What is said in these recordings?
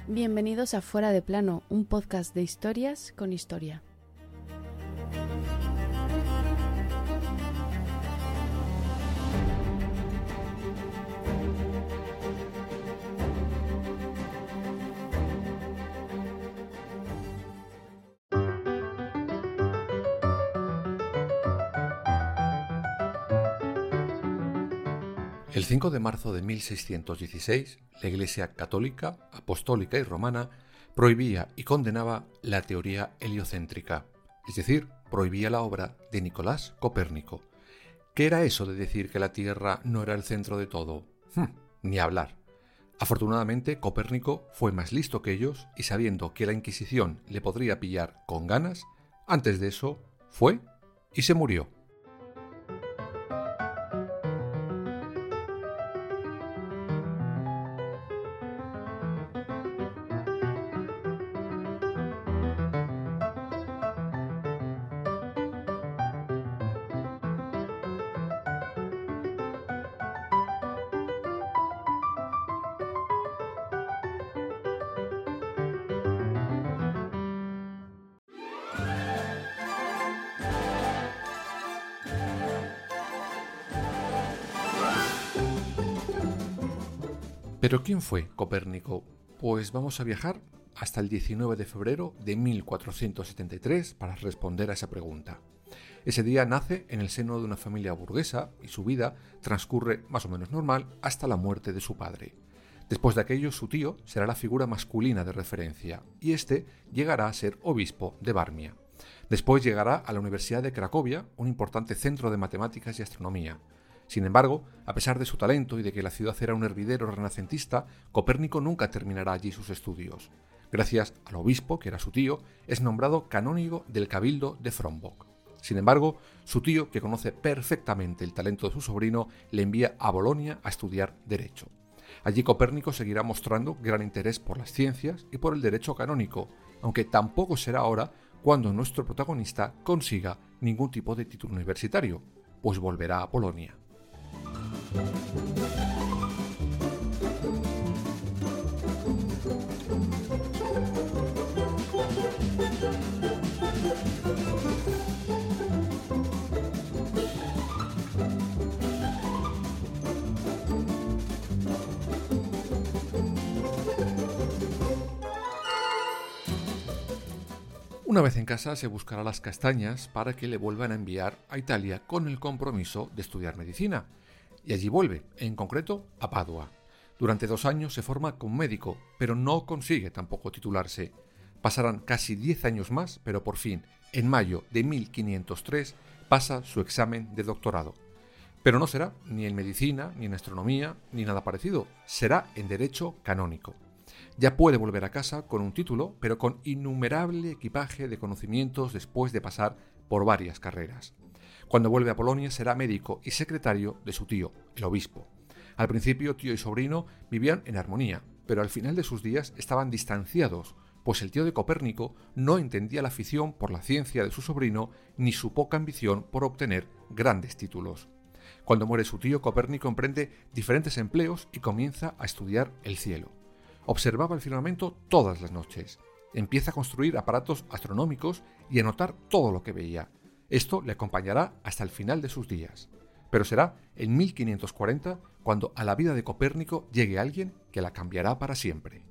Bienvenidos a Fuera de Plano, un podcast de historias con historia. El 5 de marzo de 1616, la Iglesia católica, apostólica y romana prohibía y condenaba la teoría heliocéntrica, es decir, prohibía la obra de Nicolás Copérnico. ¿Qué era eso de decir que la Tierra no era el centro de todo? Ni hablar. Afortunadamente, Copérnico fue más listo que ellos y sabiendo que la Inquisición le podría pillar con ganas, antes de eso fue y se murió. ¿Pero quién fue Copérnico? Pues vamos a viajar hasta el 19 de febrero de 1473 para responder a esa pregunta. Ese día nace en el seno de una familia burguesa y su vida transcurre más o menos normal hasta la muerte de su padre. Después de aquello, su tío será la figura masculina de referencia y este llegará a ser obispo de Varmia. Después llegará a la Universidad de Cracovia, un importante centro de matemáticas y astronomía. Sin embargo, a pesar de su talento y de que la ciudad era un hervidero renacentista, Copérnico nunca terminará allí sus estudios. Gracias al obispo, que era su tío, es nombrado canónigo del Cabildo de Frombork. Sin embargo, su tío, que conoce perfectamente el talento de su sobrino, le envía a Bolonia a estudiar Derecho. Allí Copérnico seguirá mostrando gran interés por las ciencias y por el derecho canónico, aunque tampoco será ahora cuando nuestro protagonista consiga ningún tipo de título universitario, pues volverá a Polonia. Una vez en casa se buscará las castañas para que le vuelvan a enviar a Italia con el compromiso de estudiar medicina. Y allí vuelve, en concreto a Padua. Durante 2 años se forma como médico, pero no consigue tampoco titularse. Pasarán casi 10 años más, pero por fin, en mayo de 1503, pasa su examen de doctorado. Pero no será ni en medicina, ni en astronomía, ni nada parecido. Será en derecho canónico. Ya puede volver a casa con un título, pero con innumerable equipaje de conocimientos después de pasar por varias carreras. Cuando vuelve a Polonia será médico y secretario de su tío, el obispo. Al principio, tío y sobrino vivían en armonía, pero al final de sus días estaban distanciados, pues el tío de Copérnico no entendía la afición por la ciencia de su sobrino ni su poca ambición por obtener grandes títulos. Cuando muere su tío, Copérnico emprende diferentes empleos y comienza a estudiar el cielo. Observaba el firmamento todas las noches. Empieza a construir aparatos astronómicos y a notar todo lo que veía. Esto le acompañará hasta el final de sus días. Pero será en 1540 cuando a la vida de Copérnico llegue alguien que la cambiará para siempre.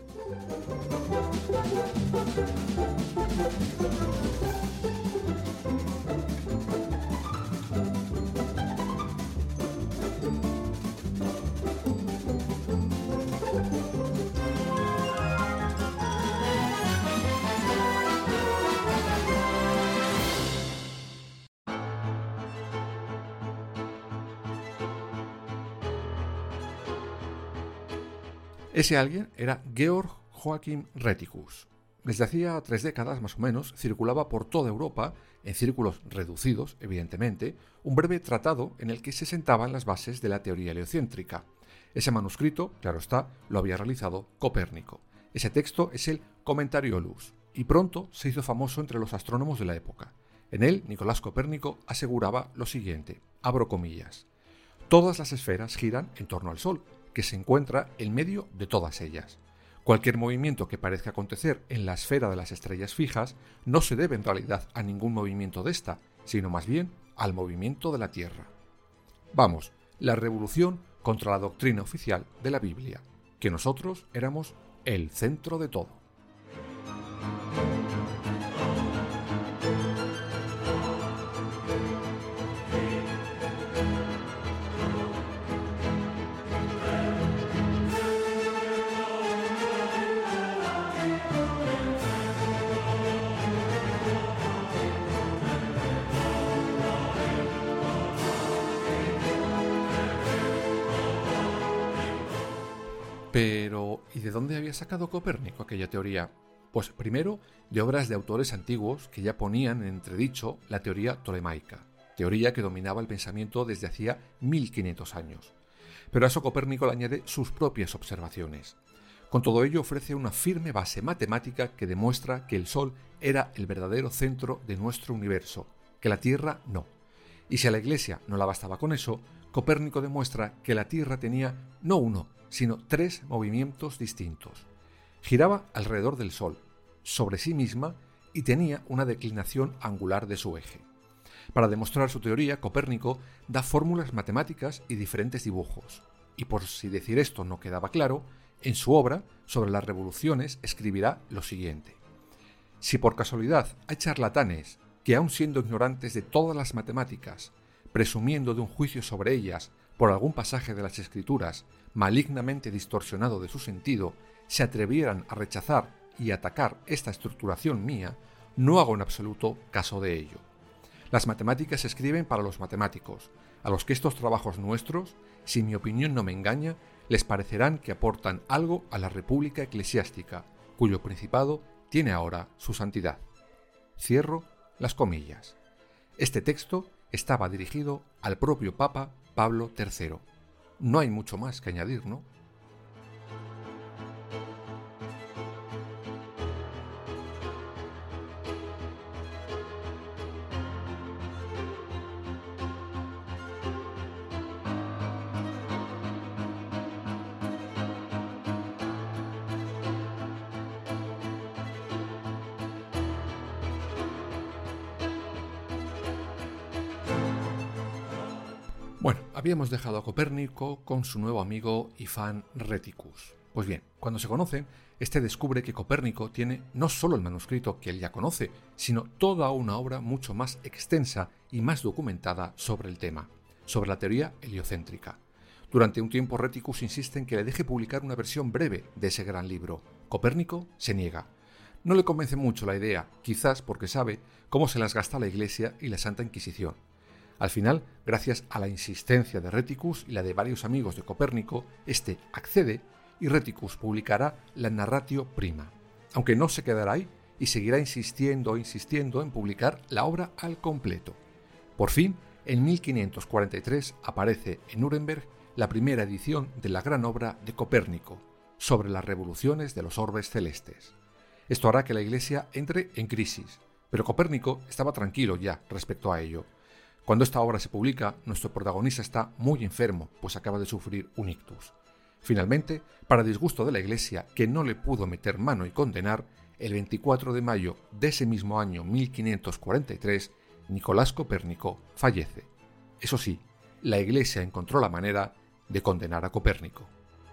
Ese alguien era Georg Joachim Rheticus. Desde hacía 3 décadas más o menos circulaba por toda Europa, en círculos reducidos, evidentemente, un breve tratado en el que se sentaban las bases de la teoría heliocéntrica. Ese manuscrito, claro está, lo había realizado Copérnico. Ese texto es el Commentariolus, y pronto se hizo famoso entre los astrónomos de la época. En él, Nicolás Copérnico aseguraba lo siguiente, abro comillas: todas las esferas giran en torno al Sol, que se encuentra en medio de todas ellas. Cualquier movimiento que parezca acontecer en la esfera de las estrellas fijas no se debe en realidad a ningún movimiento de ésta, sino más bien al movimiento de la Tierra. Vamos, la revolución contra la doctrina oficial de la Biblia, que nosotros éramos el centro de todo. Pero, ¿y de dónde había sacado Copérnico aquella teoría? Pues primero, de obras de autores antiguos que ya ponían en entredicho la teoría tolemaica, teoría que dominaba el pensamiento desde hacía 1500 años. Pero a eso Copérnico le añade sus propias observaciones. Con todo ello ofrece una firme base matemática que demuestra que el Sol era el verdadero centro de nuestro universo, que la Tierra no. Y si a la Iglesia no la bastaba con eso, Copérnico demuestra que la Tierra tenía no uno, sino 3 movimientos distintos. Giraba alrededor del Sol, sobre sí misma, y tenía una declinación angular de su eje. Para demostrar su teoría, Copérnico da fórmulas matemáticas y diferentes dibujos. Y por si decir esto no quedaba claro, en su obra sobre las revoluciones escribirá lo siguiente: si por casualidad hay charlatanes que, aun siendo ignorantes de todas las matemáticas, presumiendo de un juicio sobre ellas por algún pasaje de las Escrituras malignamente distorsionado de su sentido, se atrevieran a rechazar y atacar esta estructuración mía, no hago en absoluto caso de ello. Las matemáticas se escriben para los matemáticos, a los que estos trabajos nuestros, si mi opinión no me engaña, les parecerán que aportan algo a la república eclesiástica, cuyo principado tiene ahora su santidad. Cierro las comillas. Este texto estaba dirigido al propio Papa Pablo III. No hay mucho más que añadir, ¿no? Bueno, habíamos dejado a Copérnico con su nuevo amigo Ifán Reticus. Pues bien, cuando se conocen, este descubre que Copérnico tiene no solo el manuscrito que él ya conoce, sino toda una obra mucho más extensa y más documentada sobre el tema, sobre la teoría heliocéntrica. Durante un tiempo Reticus insiste en que le deje publicar una versión breve de ese gran libro. Copérnico se niega. No le convence mucho la idea, quizás porque sabe cómo se las gasta la Iglesia y la Santa Inquisición. Al final, gracias a la insistencia de Reticus y la de varios amigos de Copérnico, este accede y Reticus publicará la Narratio Prima, aunque no se quedará ahí y seguirá insistiendo en publicar la obra al completo. Por fin, en 1543 aparece en Nuremberg la primera edición de la gran obra de Copérnico, sobre las revoluciones de los orbes celestes. Esto hará que la Iglesia entre en crisis, pero Copérnico estaba tranquilo ya respecto a ello. Cuando esta obra se publica, nuestro protagonista está muy enfermo, pues acaba de sufrir un ictus. Finalmente, para disgusto de la Iglesia, que no le pudo meter mano y condenar, el 24 de mayo de ese mismo año 1543, Nicolás Copérnico fallece. Eso sí, la Iglesia encontró la manera de condenar a Copérnico.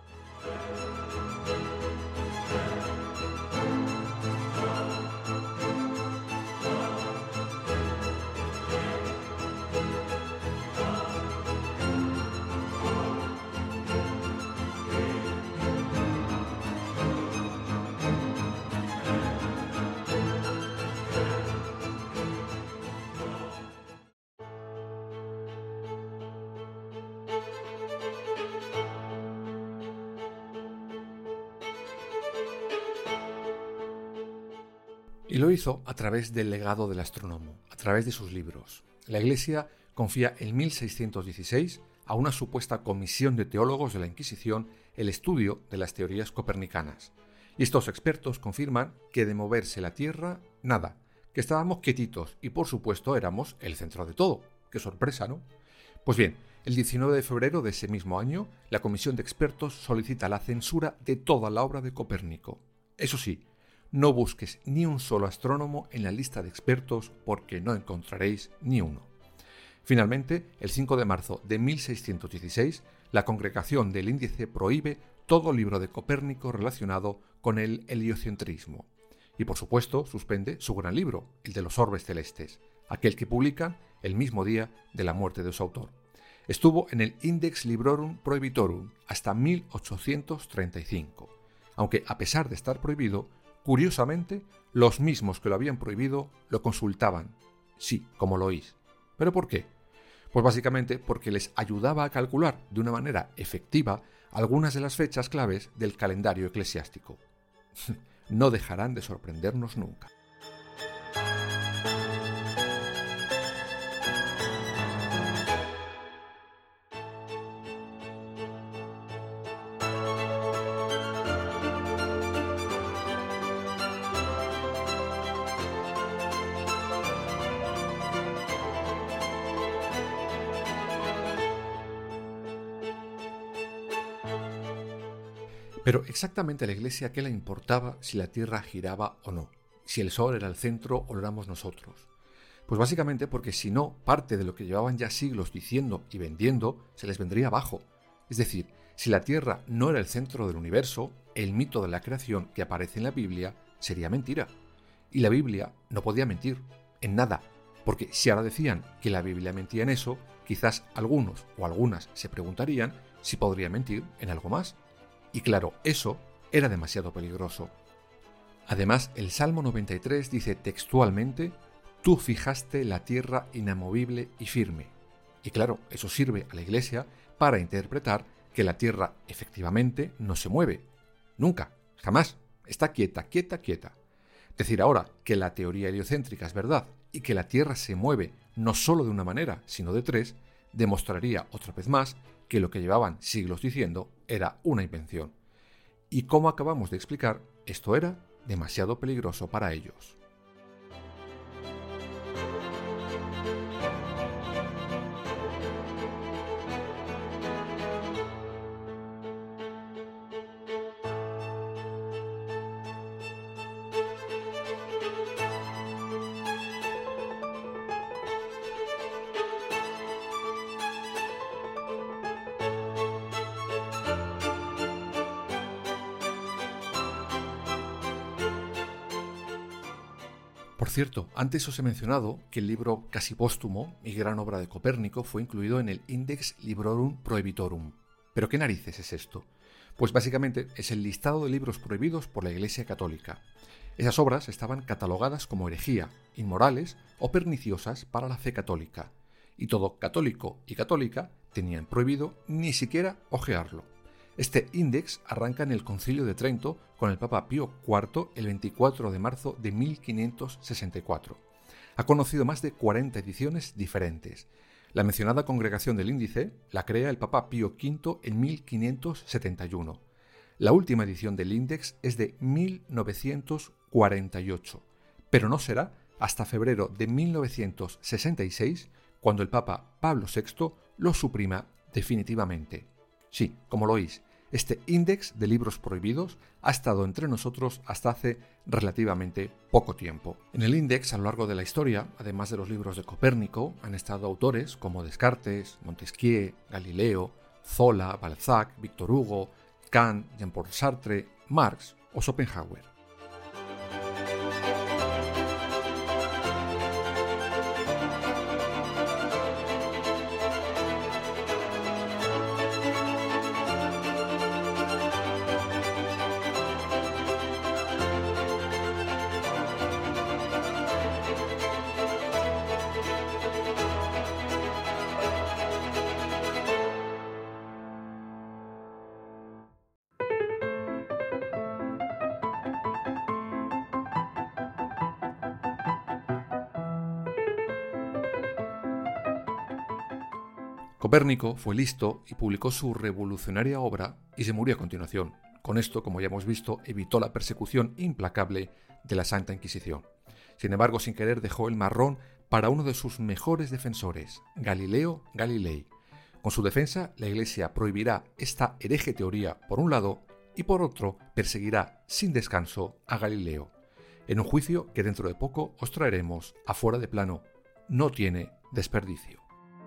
Y lo hizo a través del legado del astrónomo, a través de sus libros. La Iglesia confía en 1616 a una supuesta comisión de teólogos de la Inquisición el estudio de las teorías copernicanas. Y estos expertos confirman que de moverse la Tierra, nada, que estábamos quietitos y por supuesto éramos el centro de todo. ¡Qué sorpresa!, ¿no? Pues bien, el 19 de febrero de ese mismo año, la comisión de expertos solicita la censura de toda la obra de Copérnico. Eso sí, no busques ni un solo astrónomo en la lista de expertos porque no encontraréis ni uno. Finalmente, el 5 de marzo de 1616, la Congregación del Índice prohíbe todo libro de Copérnico relacionado con el heliocentrismo. Y por supuesto, suspende su gran libro, el de los orbes celestes, aquel que publican el mismo día de la muerte de su autor. Estuvo en el Index Librorum Prohibitorum hasta 1835, aunque a pesar de estar prohibido, curiosamente, los mismos que lo habían prohibido lo consultaban. Sí, como lo oís. ¿Pero por qué? Pues básicamente porque les ayudaba a calcular de una manera efectiva algunas de las fechas claves del calendario eclesiástico. No dejarán de sorprendernos nunca. Pero exactamente a la Iglesia, ¿qué le importaba si la Tierra giraba o no? Si el Sol era el centro o lo éramos nosotros. Pues básicamente porque si no, parte de lo que llevaban ya siglos diciendo y vendiendo se les vendría abajo. Es decir, si la Tierra no era el centro del universo, el mito de la creación que aparece en la Biblia sería mentira. Y la Biblia no podía mentir, en nada. Porque si ahora decían que la Biblia mentía en eso, quizás algunos o algunas se preguntarían si podría mentir en algo más. Y claro, eso era demasiado peligroso. Además, el Salmo 93 dice textualmente: «Tú fijaste la tierra inamovible y firme». Y claro, eso sirve a la Iglesia para interpretar que la tierra efectivamente no se mueve. Nunca, jamás. Está quieta, quieta, quieta. Decir ahora que la teoría heliocéntrica es verdad y que la tierra se mueve no solo de una manera, sino de tres, demostraría otra vez más que lo que llevaban siglos diciendo era una invención. Y como acabamos de explicar, esto era demasiado peligroso para ellos. Por cierto, antes os he mencionado que el libro casi póstumo y gran obra de Copérnico fue incluido en el Index Librorum Prohibitorum. ¿Pero qué narices es esto? Pues básicamente es el listado de libros prohibidos por la Iglesia Católica. Esas obras estaban catalogadas como herejía, inmorales o perniciosas para la fe católica, y todo católico y católica tenían prohibido ni siquiera hojearlo. Este índex arranca en el Concilio de Trento con el Papa Pío IV el 24 de marzo de 1564. Ha conocido más de 40 ediciones diferentes. La mencionada Congregación del Índice la crea el Papa Pío V en 1571. La última edición del índex es de 1948, pero no será hasta febrero de 1966 cuando el Papa Pablo VI lo suprima definitivamente. Sí, como lo oís, este índex de libros prohibidos ha estado entre nosotros hasta hace relativamente poco tiempo. En el índex, a lo largo de la historia, además de los libros de Copérnico, han estado autores como Descartes, Montesquieu, Galileo, Zola, Balzac, Víctor Hugo, Kant, Jean-Paul Sartre, Marx o Schopenhauer. Copérnico fue listo y publicó su revolucionaria obra y se murió a continuación. Con esto, como ya hemos visto, evitó la persecución implacable de la Santa Inquisición. Sin embargo, sin querer dejó el marrón para uno de sus mejores defensores, Galileo Galilei. Con su defensa, la Iglesia prohibirá esta hereje teoría por un lado y por otro perseguirá sin descanso a Galileo, en un juicio que dentro de poco os traeremos a Fuera de Plano. No tiene desperdicio.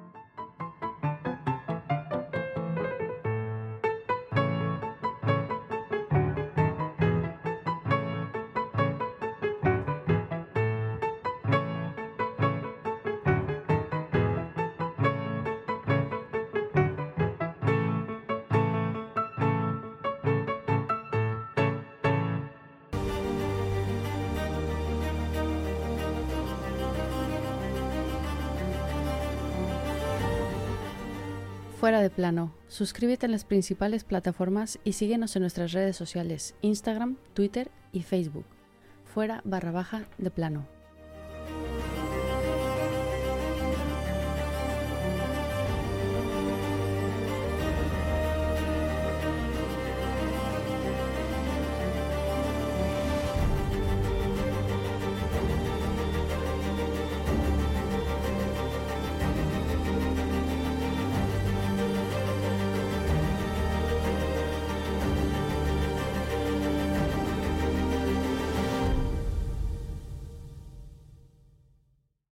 Fuera de Plano. Suscríbete en las principales plataformas y síguenos en nuestras redes sociales, Instagram, Twitter y Facebook. Fuera _de plano.